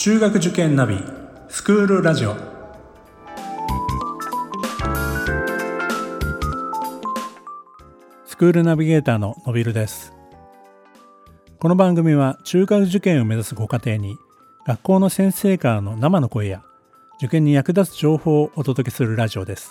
中学受験ナビスクールラジオ。スクールナビゲーターののびるです。この番組は中学受験を目指すご家庭に学校の先生からの生の声や受験に役立つ情報をお届けするラジオです。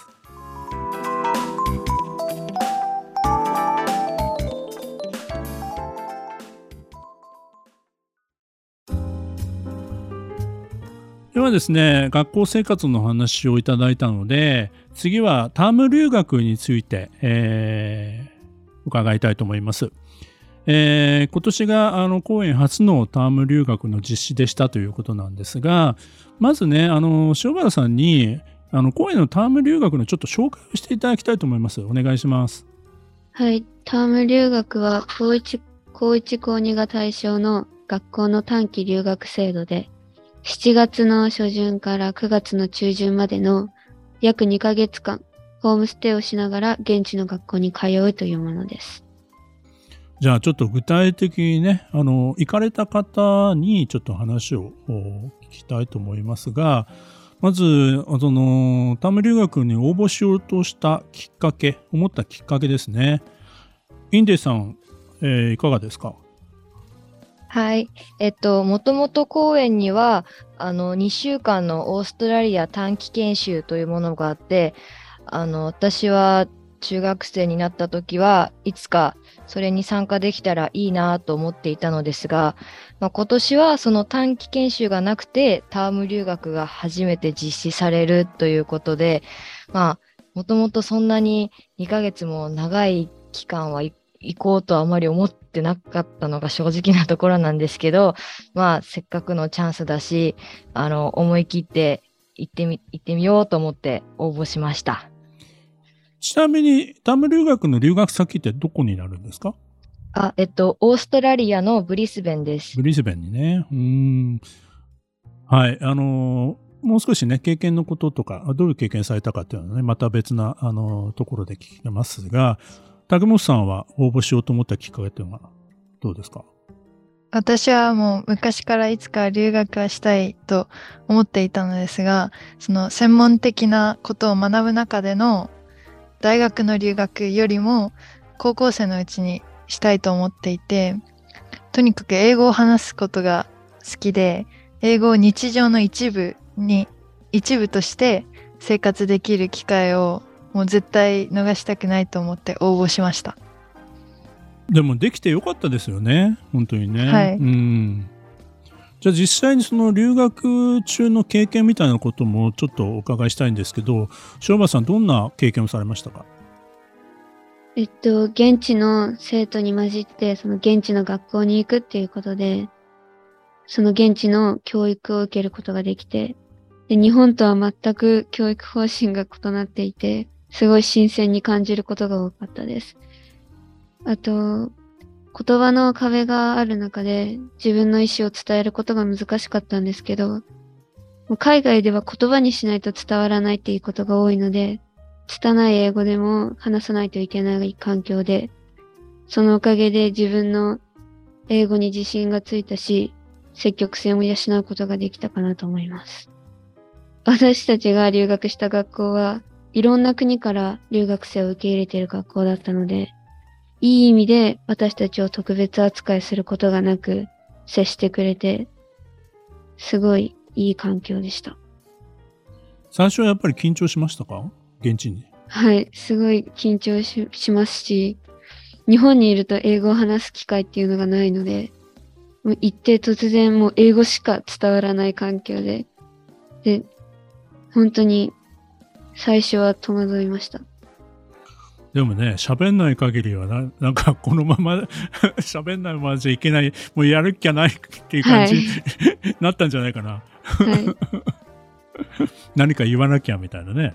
ではですね、学校生活の話をいただいたので、次はターム留学について、伺いたいと思います。今年が公園初のターム留学の実施でしたということなんですが、まずね、塩原さんに公園のターム留学のちょっと紹介をしていただきたいと思います。お願いします。 はい、ターム留学は高1、高2が対象の学校の短期留学制度で、7月の初旬から9月の中旬までの約2ヶ月間、ホームステイをしながら現地の学校に通うというものです。 じゃあちょっと具体的にね、行かれた方にちょっと話を聞きたいと思いますが、まずターム留学に応募しようとしたきっかけ、思ったきっかけですね。インデイさん、いかがですか？ はい。もともと公園には、2週間のオーストラリア短期研修というものがあって、私は中学生になった時はいつかそれに参加できたらいいなと思っていたのですが、今年はその短期研修がなくてターム留学が初めて実施されるということで、もともとそんなに2ヶ月も長い期間は行こうとはあまり思ってなかったのが正直なところなんですけど、せっかくのチャンスだし、思い切って行ってみようと思って応募しました。 ちなみにターム留学の留学先ってどこになるんですか？ オーストラリアのブリスベンです。 ブリスベンにね。はい。もう少しね、経験のこととか、どういう経験されたかっていうのはね、また別なところで聞きますが、竹本さんは応募しようと思ったきっかけっていうのはどうですか？ 私はもう昔からいつか留学はしたいと思っていたのですが、その専門的なことを学ぶ中での大学の留学よりも高校生のうちにしたいと思っていて、とにかく英語を話すことが好きで、英語を日常の一部として生活できる機会をもう絶対逃したくないと思って応募しました。 でもできてよかったですよね、本当にね。 はい。 じゃあ実際にその留学中の経験みたいなこともちょっとお伺いしたいんですけど、塩原さんどんな経験をされましたか？ 現地の生徒に混じってその現地の学校に行くっていうことで、その現地の教育を受けることができて、で日本とは全く教育方針が異なっていて、すごい新鮮に感じることが多かったです。あと、言葉の壁がある中で自分の意思を伝えることが難しかったんですけど、もう海外では言葉にしないと伝わらないっていうことが多いので、拙い英語でも話さないといけない環境で、そのおかげで自分の英語に自信がついたし、積極性も養うことができたかなと思います。私たちが留学した学校はいろんな国から留学生を受け入れている学校だったので、いい意味で私たちを特別扱いすることがなく接してくれて、すごいいい環境でした。 最初はやっぱり緊張しましたか？現地に。 はい、すごい緊張しますし、日本にいると英語を話す機会っていうのがないので、もう行って突然もう英語しか伝わらない環境で、本当に最初は戸惑いました。でもね、喋んない限りはなんかこのまま喋んないままじゃいけない、もうやるっきゃないっていう感じに、なったんじゃないかな。はい、何か言わなきゃみたいなね。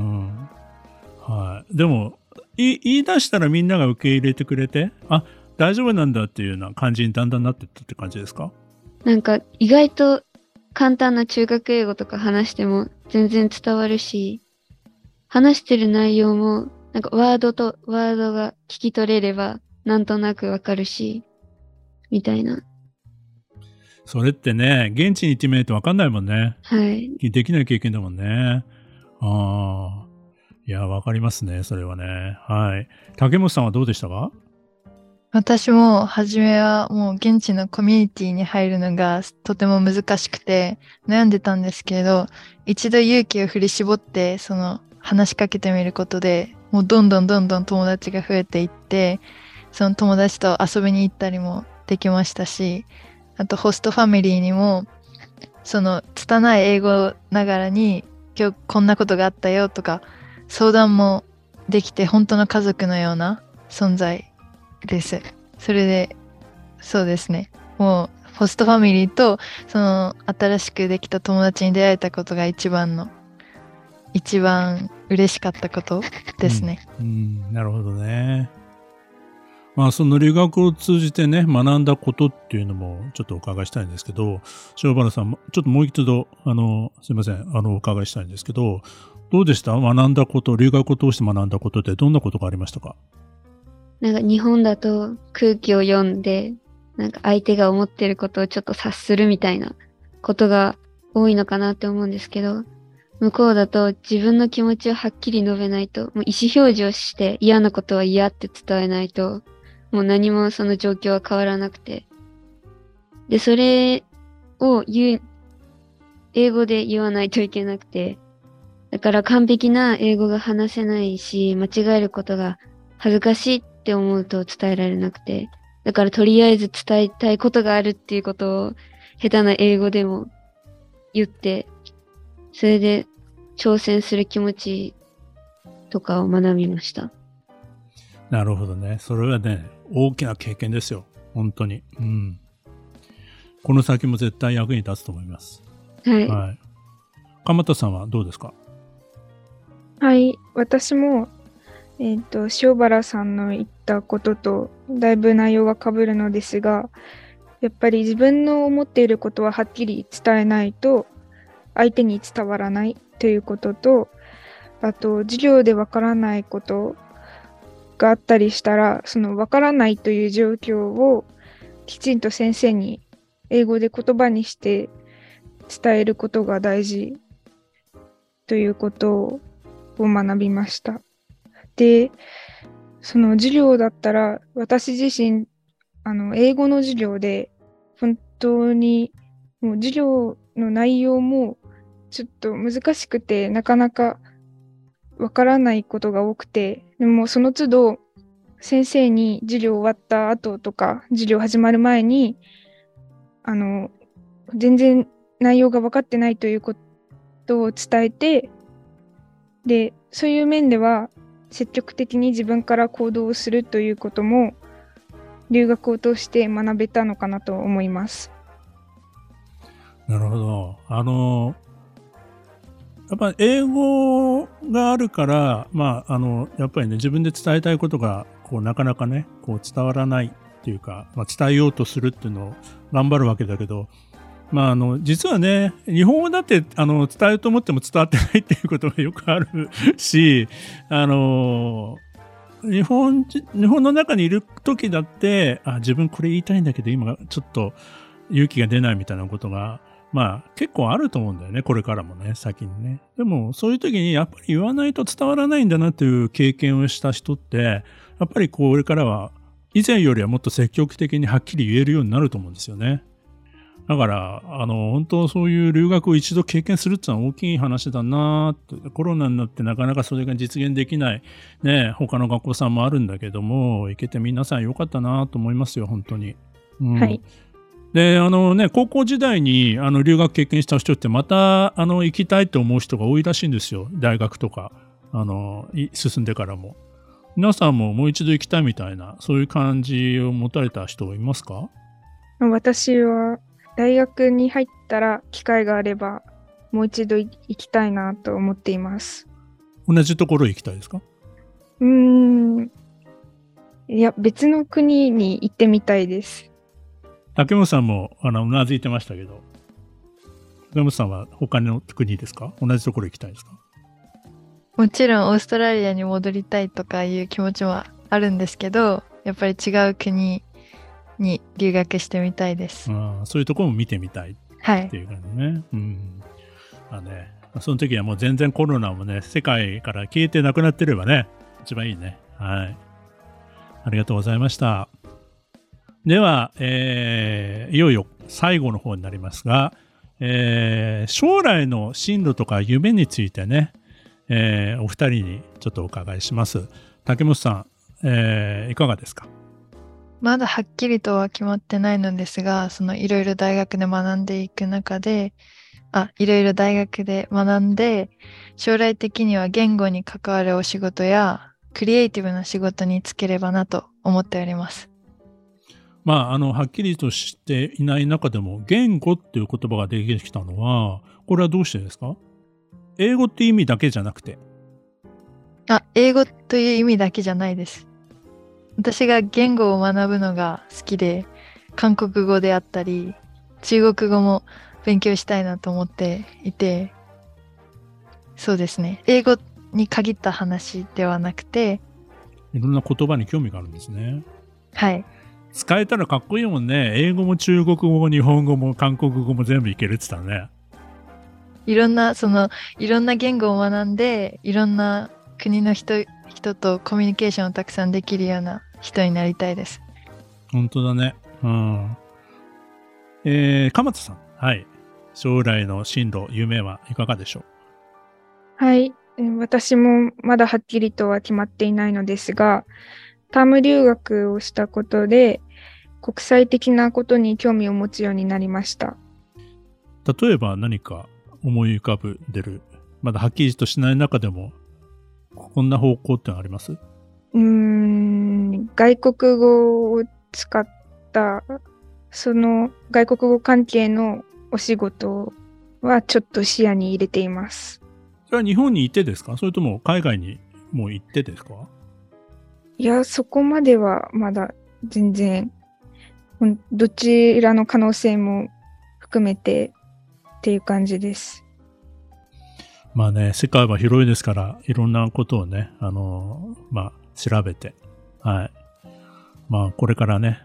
はい。でも言い出したらみんなが受け入れてくれて、大丈夫なんだっていうような感じにだんだんなっていったって感じですか？なんか意外と簡単な中学英語とか話しても全然伝わるし、話してる内容もなんかワードが聞き取れればなんとなくわかるし、みたいな。 それってね、現地に行ってみないと分かんないもんね。 はい。 できない経験だもんね。ああ。いや、分かりますね、それはね。はい。竹本さんはどうでしたか？ 私も初めはもう現地のコミュニティに入るのがとても難しくて悩んでたんですけれど、一度勇気を振り絞って話しかけてみることで、もうどんどん友達が増えていって、その友達と遊びに行ったりもできましたし、あとホストファミリーにも拙い英語ながらに今日こんなことがあったよとか相談もできて、本当の家族のような存在です。それで、そうですね。もう、ホストファミリーと、新しくできた友達に出会えたことが一番嬉しかったことですね。 なるほどね。まあ、その留学を通じてね、学んだことっていうのもちょっとお伺いしたいんですけど、塩原さん、ちょっともう一度、すいません、お伺いしたいんですけど、どうでした？学んだこと、留学を通して学んだことってどんなことがありましたか？ なんか日本だと空気を読んで、なんか相手が思ってることをちょっと察するみたいなことが多いのかなって思うんですけど、向こうだと自分の気持ちをはっきり述べないと、もう意思表示をして嫌なことは嫌って伝えないと、もう何もその状況は変わらなくて。で、それを英語で言わないといけなくて、だから完璧な英語が話せないし、間違えることが恥ずかしいって思うと伝えられなくて、だからとりあえず伝えたいことがあるっていうことを下手な英語でも言って、それで挑戦する気持ちとかを学びました。 なるほどね。それはね、大きな経験ですよ。本当に。この先も絶対役に立つと思います。 はい。 鎌田さんはどうですか？ はい、私も、塩原さんの言ったこととだいぶ内容が被るのですが、やっぱり自分の思っていることははっきり伝えないと相手に伝わらないということと、あと授業でわからないことがあったりしたら、そのわからないという状況をきちんと先生に英語で言葉にして伝えることが大事ということを学びました。で、その授業だったら、私自身、英語の授業で、本当に、もう授業の内容もちょっと難しくて、なかなかわからないことが多くて、でもその都度、先生に授業終わった後とか、授業始まる前に、全然内容が分かってないということを伝えて、で、そういう面では、積極的に自分から行動をするということも留学を通して学べたのかなと思います。 なるほど。やっぱり英語があるから、やっぱりね、自分で伝えたいことがなかなかね、伝わらないっていうか、伝えようとするっていうのを頑張るわけだけど、実はね、日本語だって伝えようと思っても伝わってないっていうことがよくあるし、日本の中にいる時だって、自分これ言いたいんだけど今ちょっと勇気が出ないみたいなことが結構あると思うんだよね、これからもね、先にね。でもそういう時にやっぱり言わないと伝わらないんだなという経験をした人って、やっぱりこれからは以前よりはもっと積極的にはっきり言えるようになると思うんですよね。だから本当そういう留学を一度経験するってのは大きい話だなって。コロナになってなかなかそれが実現できないね、他の学校さんもあるんだけども、行けて皆さん良かったなと思いますよ、本当に。 はい。 で高校時代に留学経験した人ってまた行きたいと思う人が多いらしいんですよ、大学とか進んでからも。皆さんももう一度行きたいみたいな、そういう感じを持たれた人いますか？ 私は大学に入ったら機会があればもう一度行きたいなと思っています。 同じところ行きたいですか？ いや、別の国に行ってみたいです。 竹本さんもうなずいてましたけど、竹本さんは他の国ですか？同じところ行きたいですか？ もちろんオーストラリアに戻りたいとかいう気持ちもあるんですけど、やっぱり違う国に留学してみたいです。 そういうところも見てみたいっていう感じね。その時はもう全然コロナもね、世界から消えてなくなってればね、一番いいね。はい。ありがとうございました。では、いよいよ最後の方になりますが、将来の進路とか夢についてね、お二人にちょっとお伺いします。竹本さん、いかがですか？ まだはっきりとは決まってないのですが、いろいろ大学で学んでいく中で、いろいろ大学で学んで、将来的には言語に関わるお仕事や、クリエイティブな仕事に就ければなと思っております。 はっきりとしていない中でも、言語っていう言葉が出てきたのは、これはどうしてですか？英語って意味だけじゃなくて。 英語という意味だけじゃないです。私が言語を学ぶのが好きで、韓国語であったり、中国語も勉強したいなと思っていて、そうですね。英語に限った話ではなくて、 いろんな言葉に興味があるんですね。 はい。 使えたらかっこいいもんね。英語も中国語も日本語も韓国語も全部いけるって言ったらね。 いろんな言語を学んで、いろんな国の人とコミュニケーションをたくさんできるような人になりたいです。 本当だね。鎌田さん。はい。将来の進路、夢はいかがでしょう？はい。私もまだはっきりとは決まっていないのですが、ターム留学をしたことで、国際的なことに興味を持つようになりました。 例えば何か思い浮かぶ出る、まだはっきりとしない中でも、こんな方向ってのあります？ 外国語を使った、その外国語関係のお仕事はちょっと視野に入れています。 それは日本にいてですか？それとも海外にもう行ってですか？ いや、そこまではまだ全然、どちらの可能性も含めてっていう感じです。 まあね、世界は広いですから、いろんなことをね、調べて、はい。これからね、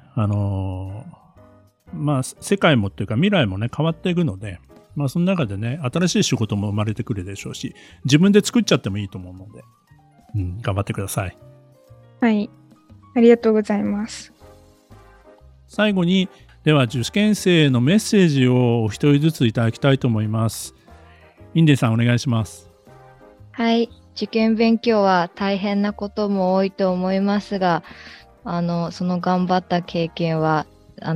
世界もっていうか未来もね、変わっていくので、その中でね、新しい仕事も生まれてくるでしょうし、自分で作っちゃってもいいと思うので、頑張ってください。 はい。ありがとうございます。 最後に、では受験生のメッセージをお一人ずついただきたいと思います。インディさんお願いします。 はい。受験勉強は大変なことも多いと思いますが、その頑張った経験は、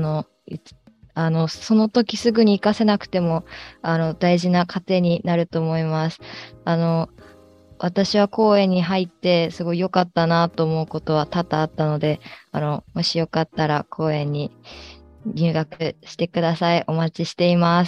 その時すぐに活かせなくても、大事な糧になると思います。私は公園に入ってすごい良かったなと思うことは多々あったので、もしよかったら公園に入学してください。お待ちしています。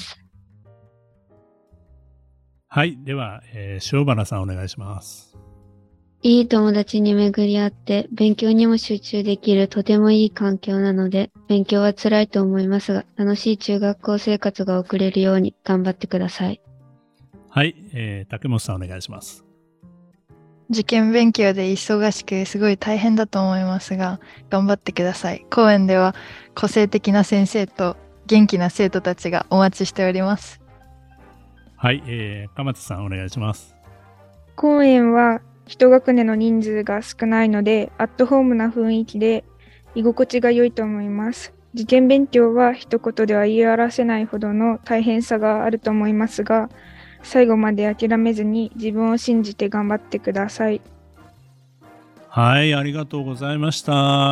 はい。では、塩原さんお願いします。 いい友達に巡り合って勉強にも集中できるとてもいい環境なので、勉強は辛いと思いますが、楽しい中学校生活が送れるように頑張ってください。 はい。竹本さんお願いします。 受験勉強で忙しくすごい大変だと思いますが、頑張ってください。公園では個性的な先生と元気な生徒たちがお待ちしております。 はい、鎌田さんお願いします。 公園は一学年の人数が少ないので、アットホームな雰囲気で居心地が良いと思います。受験勉強は一言では言い表せないほどの大変さがあると思いますが、最後まで諦めずに自分を信じて頑張ってください。 はい、ありがとうございました。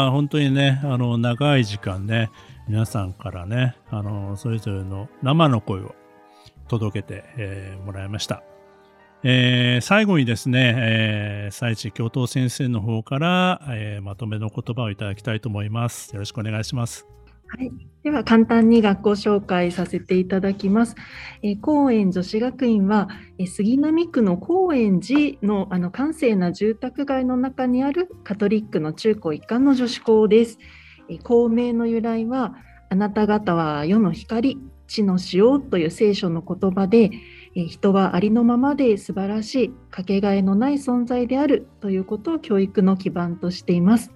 本当にね、長い時間ね、皆さんからね、それぞれの生の声を届けて、もらいました。最後にですね、佐市教頭先生の方から、まとめの言葉をいただきたいと思います。よろしくお願いします。 はい、では簡単に学校紹介させていただきます。高円女子学院は杉並区の高円寺の閑静な住宅街の中にあるカトリックの中高一貫の女子校です。校名の由来は、あなた方は世の光、地の塩という聖書の言葉で、人はありのままで素晴らしい、かけがえのない存在であるということを教育の基盤としています。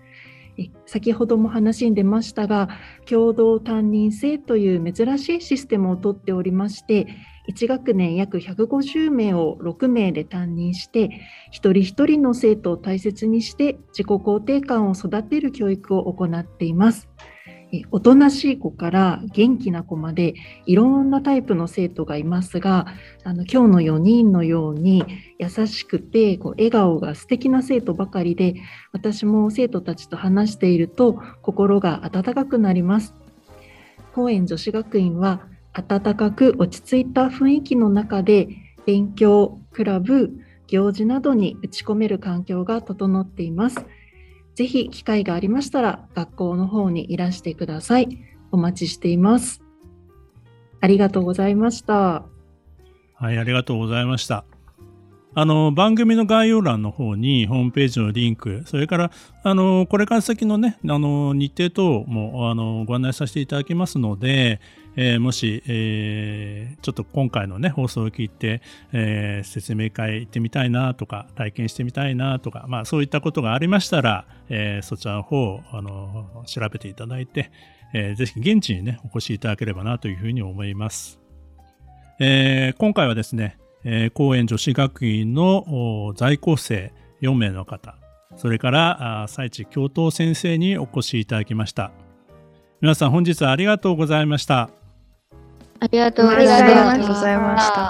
先ほども話に出ましたが、共同担任制という珍しいシステムをとっておりまして、1学年約150名を6名で担任して、一人一人の生徒を大切にして自己肯定感を育てる教育を行っています。おとなしい子から元気な子までいろんなタイプの生徒がいますが、今日の4人のように優しくて笑顔が素敵な生徒ばかりで、私も生徒たちと話していると心が温かくなります。高円女子学院は温かく落ち着いた雰囲気の中で勉強、クラブ、行事などに打ち込める環境が整っています。ぜひ機会がありましたら学校の方にいらしてください。お待ちしています。ありがとうございました。 はい、ありがとうございました。番組の概要欄の方にホームページのリンク、それからこれから先のね日程等もご案内させていただきますので、もし、ちょっと今回のね放送を聞いて、説明会行ってみたいなとか体験してみたいなとか、そういったことがありましたら、そちらの方を調べていただいて、ぜひ現地にねお越しいただければなというふうに思います。今回はですね、高円女子学院の在校生4名の方、それから佐市教頭先生にお越しいただきました。皆さん本日はありがとうございました。 ありがとうございました。 ありがとうございました。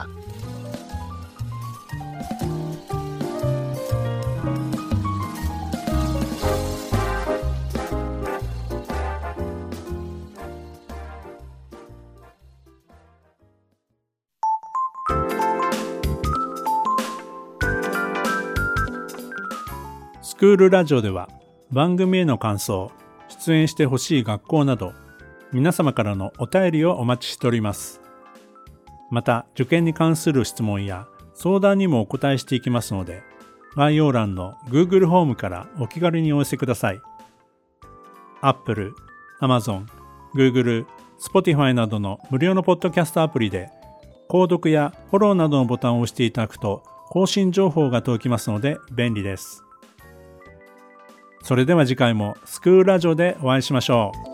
スクールラジオでは番組への感想、出演してほしい学校など皆様からのお便りをお待ちしております。また受験に関する質問や相談にもお答えしていきますので、概要欄の Google フォームからお気軽にお寄せください。Apple、Amazon、Google、Spotify などの無料のポッドキャストアプリで購読やフォローなどのボタンを押していただくと更新情報が届きますので便利です。それでは次回もスクールラジオでお会いしましょう。